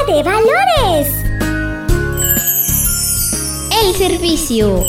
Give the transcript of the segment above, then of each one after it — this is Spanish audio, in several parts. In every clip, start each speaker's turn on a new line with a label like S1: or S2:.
S1: de valores. El servicio.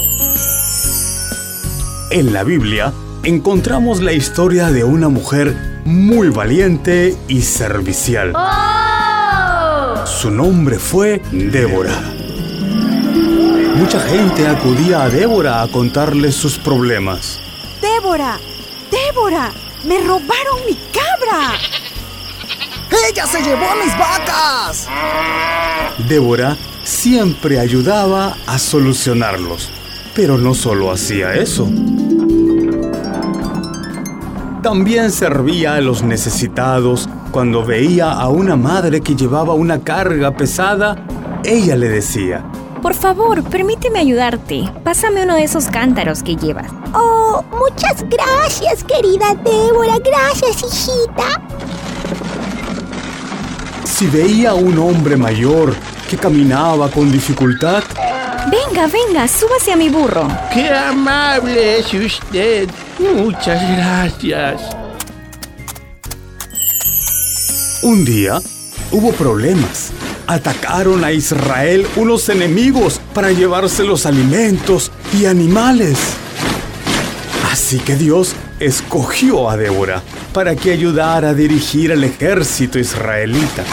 S2: En la Biblia encontramos la historia de una mujer muy valiente y servicial.
S1: ¡Oh!
S2: Su nombre fue Débora. Mucha gente acudía a Débora a contarle sus problemas.
S3: ¡Débora! ¡Débora! ¡Me robaron mi cabra!
S4: ¡Ella se llevó a mis vacas!
S2: Débora siempre ayudaba a solucionarlos, pero no solo hacía eso. También servía a los necesitados. Cuando veía a una madre que llevaba una carga pesada, ella le decía:
S5: por favor, permíteme ayudarte. Pásame uno de esos cántaros que llevas.
S1: Oh, muchas gracias, querida Débora. Gracias, hijita.
S2: Si veía a un hombre mayor que caminaba con dificultad,
S5: venga, súbase a mi burro.
S6: ¡Qué amable es usted! Muchas gracias.
S2: un día hubo problemas. Atacaron a Israel unos enemigos para llevarse los alimentos y animales. Así que Dios escogió a Débora para que ayudara a dirigir al ejército israelita.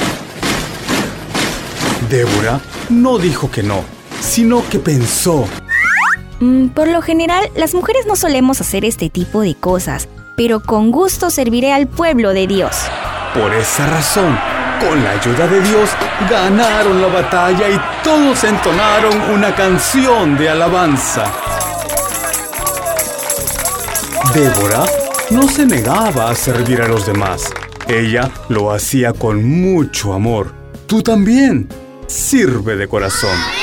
S2: Débora no dijo que no, sino que pensó:
S5: por lo general, las mujeres no solemos hacer este tipo de cosas, pero con gusto serviré al pueblo de Dios.
S2: Por esa razón, con la ayuda de Dios, ganaron la batalla y todos entonaron una canción de alabanza. Débora no se negaba a servir a los demás. Ella lo hacía con mucho amor. Tú también, sirve de corazón.